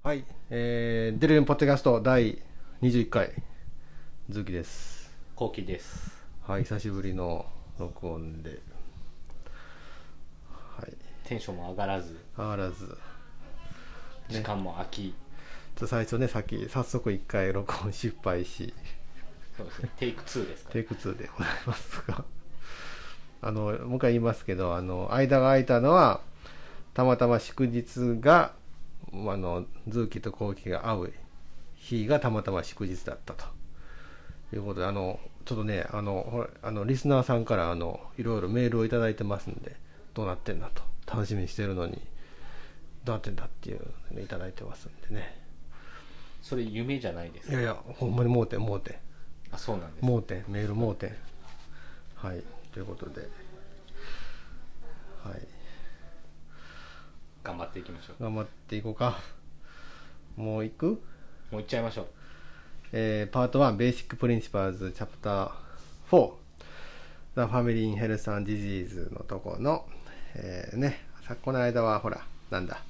はい、デルメンポッドキャスト第21回ズキです。 コウキです。 はい、久しぶりの録音で、はい、 テンションも上がらず、 上がらず、 時間も空き、 最初ね、早速1回録音失敗し、 そうですね、テイク2ですかテイク2でございますがもう一回言いますけど、間が空いたのはたまたま祝日がズキとコウキが会う日がたまたま祝日だったということで、ちょっとね、リスナーさんからいろいろメールをいただいてますんで、どうなってんだと、楽しみにしてるのにどうなってんだっていうのいただいてますんでね。 それ夢じゃないですか。 いやいや、ほんまに盲点。 あ、そうなんです。 盲点、メール盲点。はい、ということで、はい、 頑張っていきましょう。 頑張っていこうか。もう行く？ もう行っちゃいましょう。 パート1、ベーシックプリンシパルズ、チャプター4、The Family in Health and Disease のところの、この間はほら、なんだ、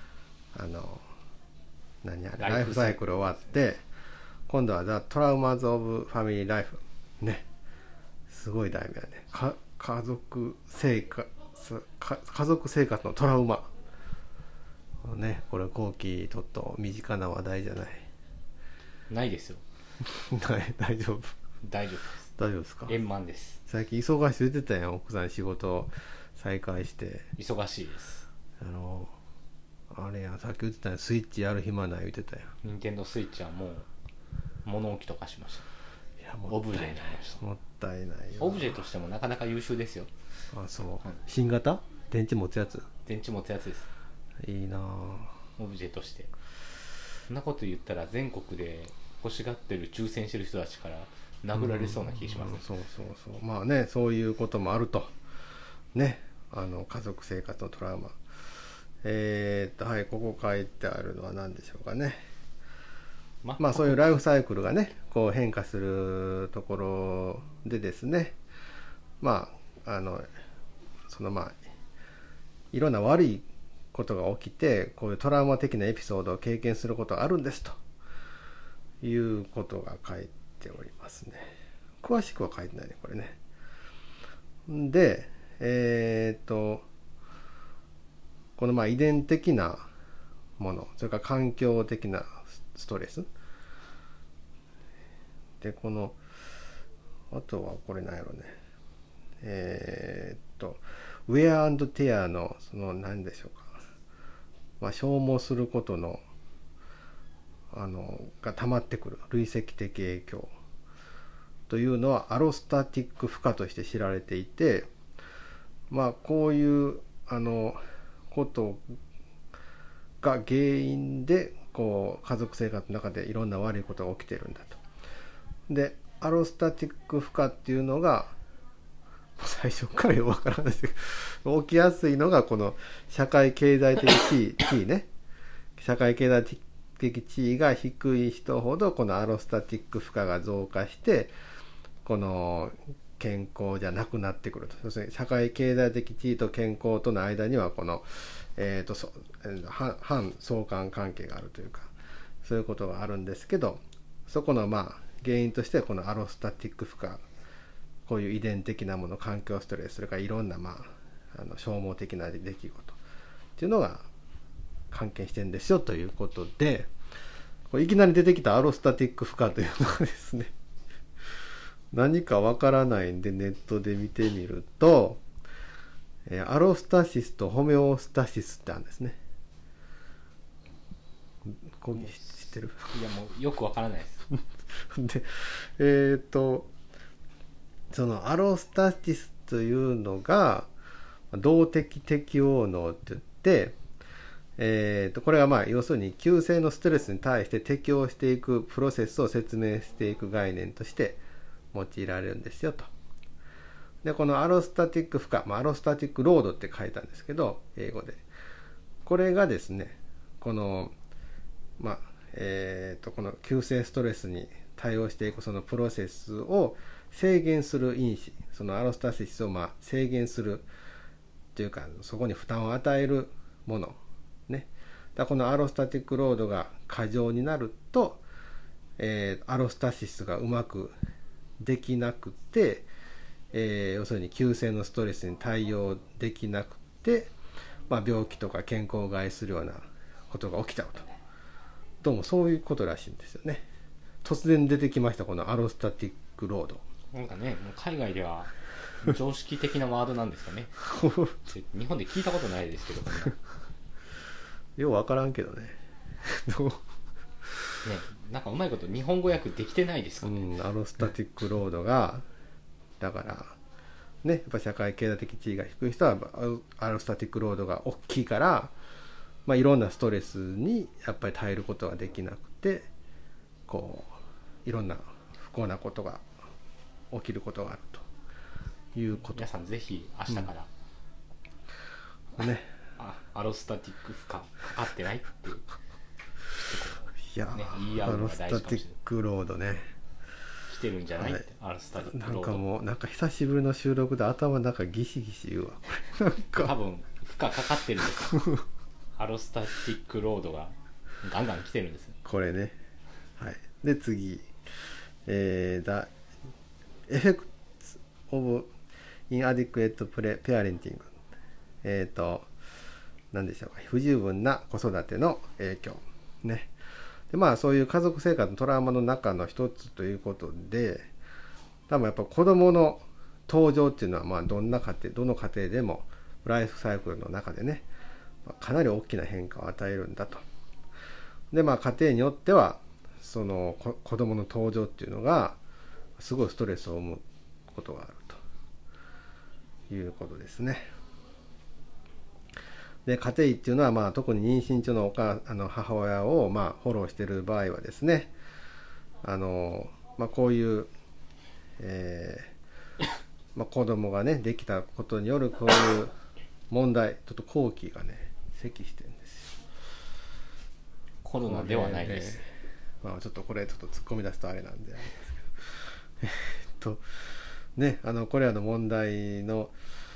何あれ、ライフサイクル終わって、今度は The Traumas of Family Life。ね。すごい題名だね。家族生活のトラウマ。ね、これ後期ちょっと身近な話題じゃない。 ないですよ。 大丈夫。 大丈夫です。 大丈夫ですか？ 円満です。 最近忙しい言ってたやん、奥さん仕事再開して。 忙しいです。 あれやん、さっき言ってたやん、スイッチやる暇ない言ってたやん。 任天堂スイッチはもう物置とかしました。 いや、 オブジェになりました。 もったいないよ。 オブジェとしてもなかなか優秀ですよ。 あ、そう、 うん、 新型電池持つやつ。 電池持つやつです。 いいなぁ。 オブジェとして。そんなこと言ったら全国で欲しがってる抽選してる人たちから殴られそうな気がします、ね。 そうまあね、そういうこともあるとね。家族生活のトラウマ。はい、ここ書いてあるのは何でしょうかね。まあそういうライフサイクルがね、こう変化するところでですね、まあいろんな悪いことが起きて、こういうトラウマ的なエピソードを経験することがあるんですということが書いておりますね。詳しくは書いてないね、これね。で、この遺伝的なもの、それから環境的なストレスで、あとはこれなんやろね、ウェア&テアの何でしょうか、消耗することのが溜まってくる累積的影響というのはアロスタティック負荷として知られていて、こういうことが原因でこう家族生活の中でいろんな悪いことが起きているんだと。で、アロスタティック負荷っていうのが最初からよくわからないですけど、起きやすいのがこの社会経済的地位ね。社会経済的地位が低い人ほどこのアロスタティック負荷が増加して、この健康じゃなくなってくると。要するに社会経済的地位と健康との間にはこの、反相関関係があるというか、そういうことがあるんですけど、そこの原因としてこのアロスタティック負荷、こういう遺伝的なもの、環境ストレス、それからいろんな消耗的な出来事っていうのが関係してるんですよということで、いきなり出てきたアロスタティック負荷というのがですね、何かわからないんでネットで見てみると、アロスタシスとホメオスタシスってあるんですね。知ってる？ いや、もうよくわからないですで、そのアロスタシスというのが動的適応能って言って、これは要するに急性のストレスに対して適応していくプロセスを説明していく概念として用いられるんですよと。で、このアロスタティック負荷、アロスタティックロードって書いたんですけど、英語で。これがですね、この急性ストレスに対応していくそのプロセスを制限する因子、そのアロスタシスを制限するというか、そこに負担を与えるものね。 だこのアロスタティックロードが過剰になると、アロスタシスがうまくできなくて、要するに急性のストレスに対応できなくて、病気とか健康を害するようなことが起きちゃうと。どうもそういうことらしいんですよね。突然出てきましたこのアロスタティックロード。 なんかね、もう海外では常識的なワードなんですかね。日本で聞いたことないですけど、 よう分からんけどね。 ね、なんかうまいこと日本語訳できてないですかね。 アロスタティックロードがだからね、やっぱ社会経済的地位が低い人はアロスタティックロードが大きいから、いろんなストレスにやっぱり耐えることができなくて、こういろんな不幸なことが起きることがあるということ。 皆さんぜひ明日から、 ね、 アロスタティック負荷かかってないっていういや、 ね、言い合うのが大事かもしれない。 アロスタティックロードね、 来てるんじゃないって、アロスタティックロードなんか久しぶりの収録で頭なんかギシギシ言うわこれ。なんか多分負荷かかってるんですよ。アロスタティックロードがガンガン来てるんですよこれね。はい。で次、The Effects of Inadequate Parenting、何でしょうか、不十分な子育ての影響ね。でそういう家族生活のトラウマの中の一つということで、多分やっぱ子供の登場っていうのはどの家庭でもライフサイクルの中でね、かなり大きな変化を与えるんだと。で家庭によってはその子供の登場っていうのがすごいストレスを生むことがあるということですね。で家庭医っていうのは特に妊娠中の母親をフォローしている場合はですね、こういう、子供がねできたことによるこういう問題、ちょっと後期がね咳してるんですよ。 コロナではないです。 ちょっとこれ突っ込み出すとあれなんであれですけどね、これ問題の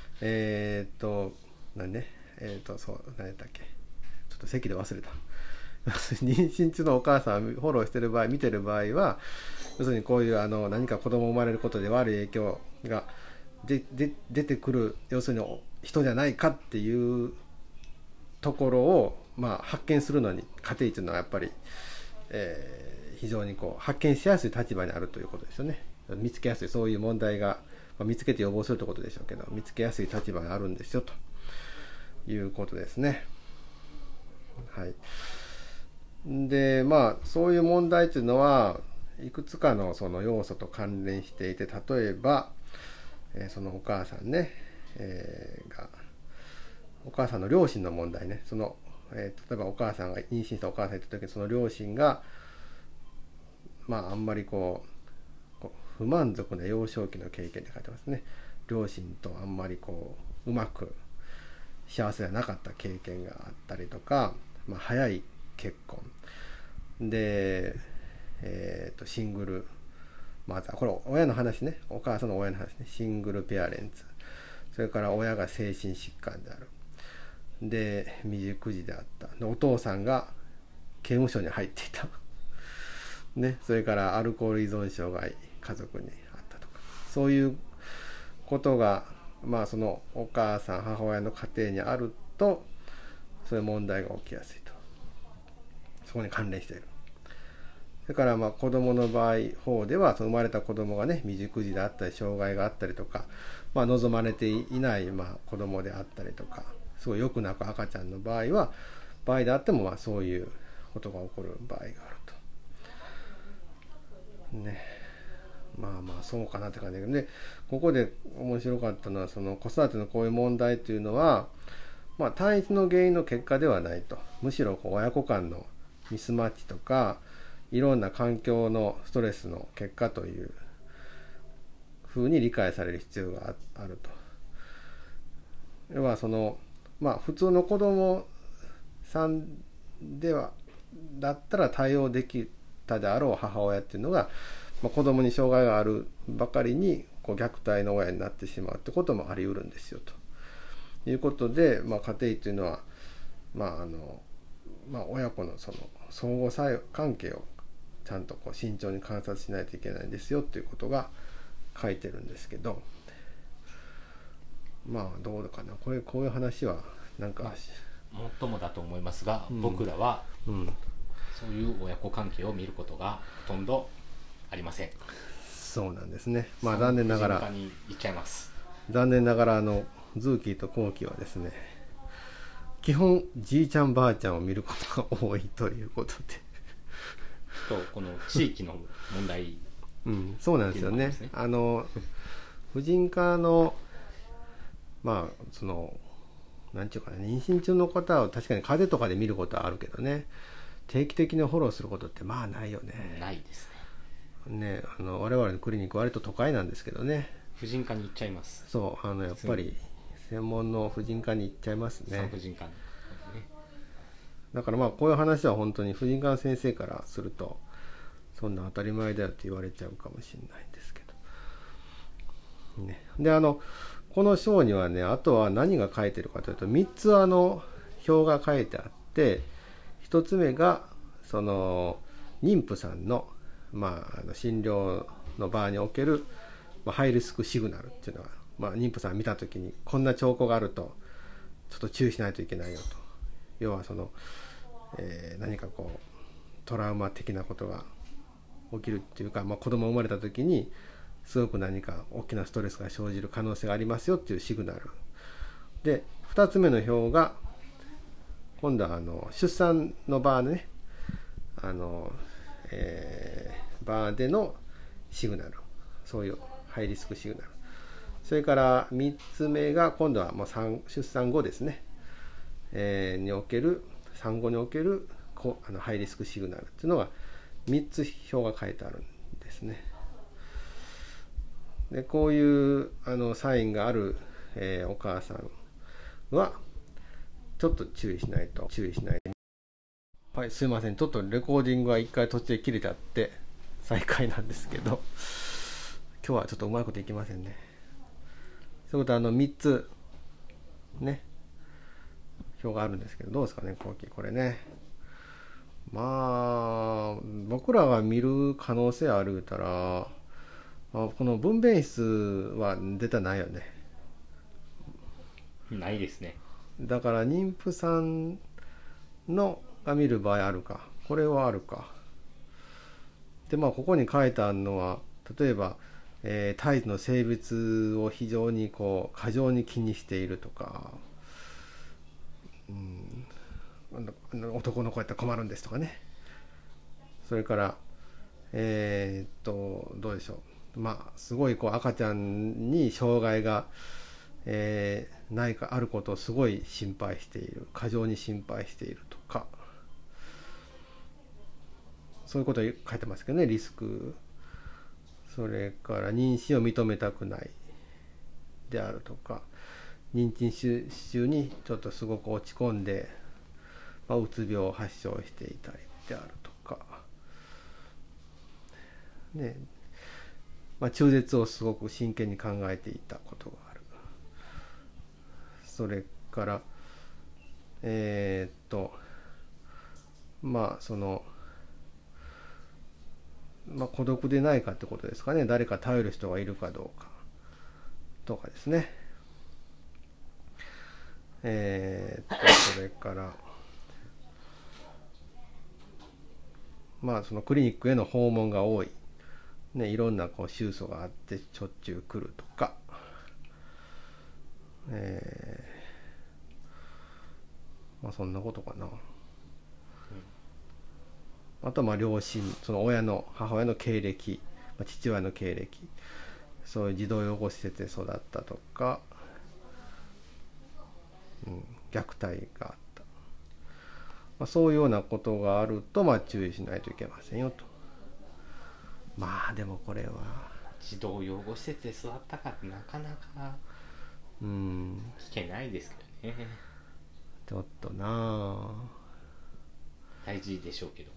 何やったっけ、ちょっと席で忘れた。妊娠中のお母さんフォローしてる場合、見てる場合は、要するにこういう何か子供生まれることで悪い影響が出てくる、要するに人じゃないかっていうところを発見するのに家庭医というのはやっぱり、非常に発見しやすい立場にあるということですよね。見つけやすい、そういう問題が、見つけて予防するということでしょうけど、見つけやすい立場にあるんですよということですね。はい。でそういう問題というのはいくつかのその要素と関連していて、例えば、そのお母さんね、お母さんの両親の問題ね。例えばお母さんが妊娠したお母さんがいた時に、その両親があんまり不満足な幼少期の経験って書いてますね。両親とあんまりうまく幸せじゃなかった経験があったりとか、早い結婚で、シングルこれ親の話ね、お母さんの親の話ね、シングルペアレンツ、それから親が精神疾患である、で未熟児であった、お父さんが刑務所に入っていたね、それからアルコール依存症が家族にあったとか、そういうことがそのお母さん母親の家庭にあると、そういう問題が起きやすいと、そこに関連している。それから子供の場合方では、その生まれた子供がね未熟児であったり障害があったりとか、望まれていない子供であったりとか、すごいよく泣く赤ちゃんの場合であってもそういうことが起こる場合があるとね。そうかなって感じで、ここで面白かったのは、その子育てのこういう問題というのは単一の原因の結果ではないと。むしろ親子間のミスマッチとか、いろんな環境のストレスの結果というふうに理解される必要があると。要は普通の子供さんだったら対応できたであろう母親っていうのが、子供に障害があるばかりに虐待の親になってしまうってこともあり得るんですよということで、家庭医というのは親子のその相互作用関係をちゃんとこう慎重に観察しないといけないんですよっていうことが書いてるんですけど、どうかな、こういう話はなんか、 もっともだと思いますが、僕らはそういう親子関係を見ることがほとんどありません。 そうなんですね。残念ながら婦人科に行っちゃいます。 ズーキーとコウキはですね、基本じいちゃんばあちゃんを見ることが多いということでこの地域の問題そうなんですよね。婦人科のそのなんていうかな、妊娠中の方は確かに風邪とかで見ることはあるけどね、定期的にフォローすることってないよね。 ないですね。我々のクリニック割と都会なんですけどね。 婦人科に行っちゃいます。 そうやっぱり専門の婦人科に行っちゃいますね。 産婦人科に、 だからこういう話は本当に婦人科の先生からするとそんな当たり前だよって言われちゃうかもしれないんですけど、ね、でこの章にはね、あとは何が書いてるかというと3つ表が書いてあって、1つ目がその妊婦さんの、診療の場における、ハイリスクシグナルっていうのは、妊婦さん見た時にこんな兆候があるとちょっと注意しないといけないよと。要はその、何かこうトラウマ的なことが起きるっていうか、子供生まれた時にすごく何か大きなストレスが生じる可能性がありますよっていうシグナルで、2つ目の表が今度は出産の場でね、場でのシグナル、そういうハイリスクシグナル。それから3つ目が今度はもう出産後ですね、における産後におけるハイリスクシグナルっていうのが3つ表が書いてあるんですね。でこういうサインがある、お母さんはちょっと注意しない。はい、すいません、ちょっとレコーディングは一回途中で切れちゃって再開なんですけど、今日はちょっとうまいこといきませんね。そういうこと3つね表があるんですけど、どうですかね、後期これね。僕らが見る可能性あるたら、この分娩室は絶対ないよね。 ないですね。 だから妊婦さんのが見る場合あるか、これはあるか。でここに書いてあるのは、例えば、胎児の性別を非常に過剰に気にしているとか、男の子やったら困るんですとかね。それからどうでしょう、すごい赤ちゃんに障害が、ないかあることをすごい心配している、過剰に心配しているとか、そういうことを書いてますけどね、リスク。それから妊娠を認めたくないであるとか、妊娠中にちょっとすごく落ち込んで、うつ病を発症していたりであるとかね、中絶をすごく真剣に考えていたことがある。それからその孤独でないかってことですかね。誰か頼る人がいるかどうかとかですね。それからそのクリニックへの訪問が多い、ね、いろんな手術があってしょっちゅう来るとか、そんなことかな。あとは両親、その母親の経歴、父親の経歴、そういう児童養護施設で育ったとか、虐待があった、そういうようなことがあると注意しないといけませんよと。でもこれは児童養護施設で育ったかってなかなか聞けないですけどね。 ちょっとな大事でしょうけど、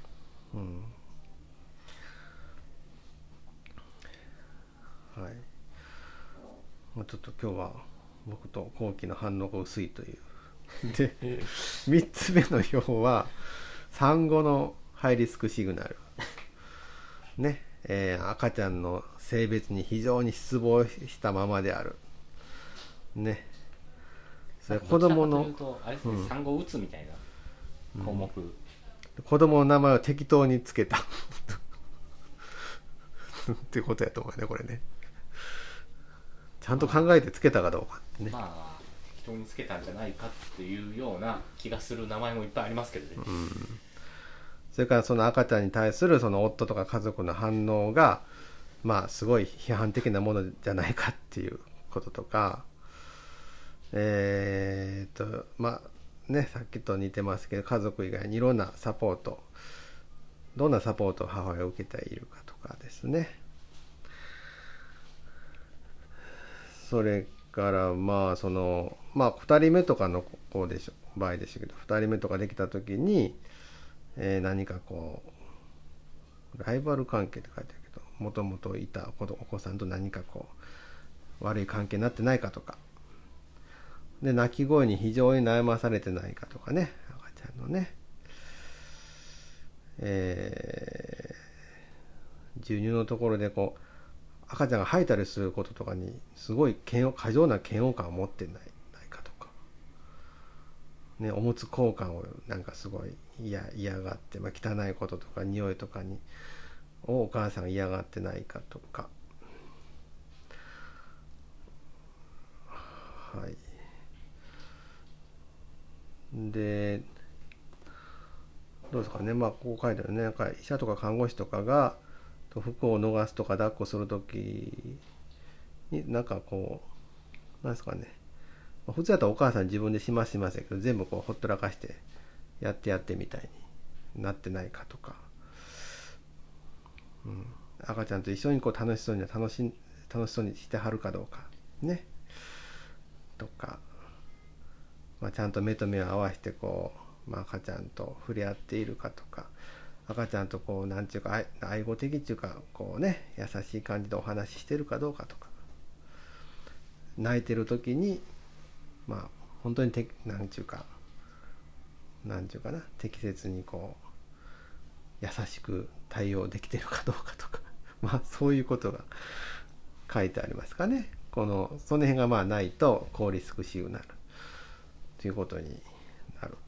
はい。ちょっと今日は僕と後期の反応が薄いというで3つ目の表は産後のハイリスクシグナルね、赤ちゃんの性別に非常に失望したままであるね。それ子供のあれですね、産後うつみたいな項目、 子供の名前を適当につけたってことやと思うねこれね。ちゃんと考えてつけたかどうかってね。 まあ適当につけたんじゃないかっていうような気がする名前もいっぱいありますけどね。 それからその赤ちゃんに対するその夫とか家族の反応がまあすごい批判的なものじゃないかっていうこととか、まあね、さっきと似てますけど家族以外にいろんなサポート、どんなサポートを母親を受けているかとかですね。それからまあその2人目とかの子でしょ場合でしたけど、2人目とかできた時に、何かこうライバル関係って書いてあるけど、もともといたお子さんと何かこう悪い関係になってないかとかで、泣き声に非常に悩まされてないかとかね、赤ちゃんのね、授乳のところでこう赤ちゃんが吐いたりすることとかにすごい過剰な嫌悪感を持ってないかとかね、おむつ交換をなんかすごい嫌がって、汚いこととか匂いとかにお母さんが嫌がってないかとか、はい。でどうですかね、こう書いてあるね。なんか医者とか看護師とかが服を脱がすとか抱っこするときになんかこうなんですかね、普通だったらお母さん自分でしませんけど、全部こうほったらかしてやってみたいになってないかとか、赤ちゃんと一緒にこう楽しそうにしてはるかどうかねとか、ちゃんと目と目を合わせてこう、赤ちゃんと触れ合っているかとか、赤ちゃんとこうなんていうか愛護的っていうかこうね、優しい感じでお話ししてるかどうかとか、泣いてる時に本当になんていうかな適切にこう優しく対応できてるかどうかとかそういうことが書いてありますかね。その辺がないと高リスクシグナルということになる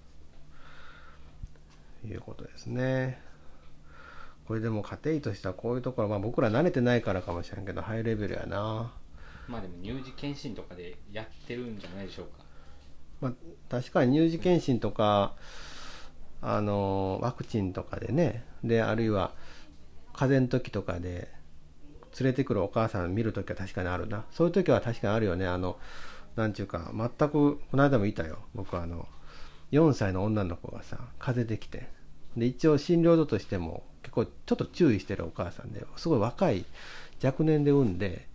ということですね。これでも家庭医としてはこういうところ、僕ら慣れてないからかもしれんけどハイレベルやな。 でも乳児検診とかでやってるんじゃないでしょうか。 確かに乳児検診とかワクチンとかでね、であるいは風邪の時とかで連れてくるお母さん見る時は確かにあるな。そういう時は確かにあるよね。なんちゅうか全くこの間もいたよ。僕4歳の女の子がさ風邪できて、で一応診療所としても結構ちょっと注意してるお母さんですごい若い若年で産んで、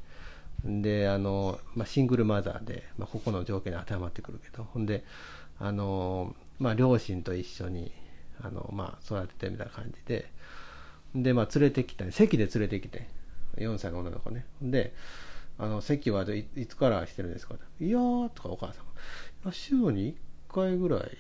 シングルマザーで、ここの条件に当てはまってくるけど、ほんで両親と一緒に育ててみたいな感じで、連れてきた席で連れてきて、4歳の女の子ね。で席はいつからしてるんですか。いやーとかお母さんが週に1回ぐらい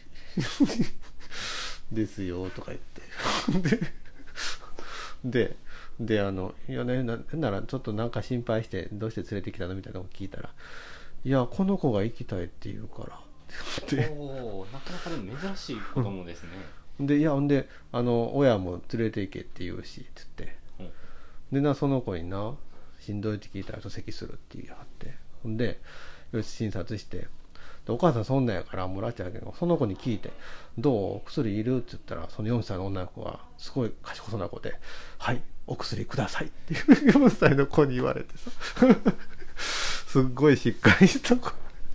ですよとか言ってでいやね、ならちょっとなんか心配してどうして連れてきたのみたいなのを聞いたら、いやこの子が行きたいって言うからっておなかなかでも珍しい子供ですね。 でいやほんで親も連れて行けって言うしって言って、でその子になしんどいって聞いたら席するって言い張って、ほんでよし診察して、でお母さんそんなんやからもらっちゃうけど、その子に聞いてどう薬いるって言ったら、その4歳の女の子はすごい賢そうな子で、はいお薬くださいっていう4歳の子に言われてさすっごいしっかりした子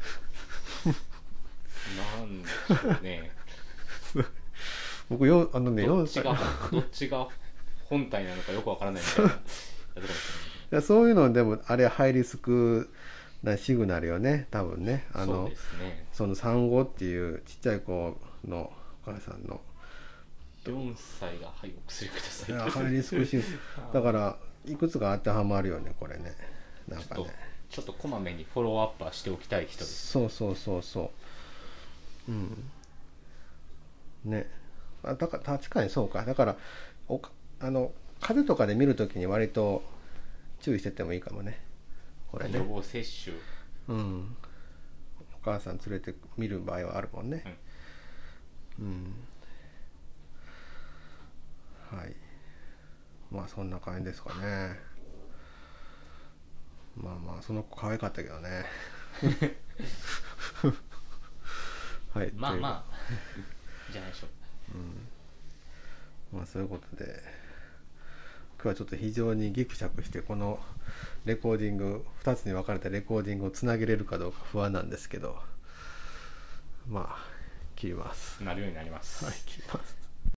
なんでしょうね僕どっちが本体なのかよくわからないみたいなそういうのでもあれハイリスクなシグナルよね多分ね。 そうですね。 その産後っていうちっちゃい子のお母さんの 4歳がはいお薬くださいハイリスクシグナルだからいくつか当てはまるよねこれね。なんかねちょっとこまめにフォローアップはしておきたい人です。 そううんね、だから確かにそうか。だから風邪とかで見るときに割と注意しててもいいかもね、これね。 予防接種、 うん、お母さん連れて見る場合はあるもんね。はい、まあそんな感じですかね。まあまあその子可愛かったけどねはい、 まあまあじゃないでしょまあそういうことで今日はちょっと非常にギクシャクしてこのレコーディング2つに分かれたレコーディングをつなげれるかどうか不安なんですけど、まあ切ります。 なるようになります。 はい、切ります。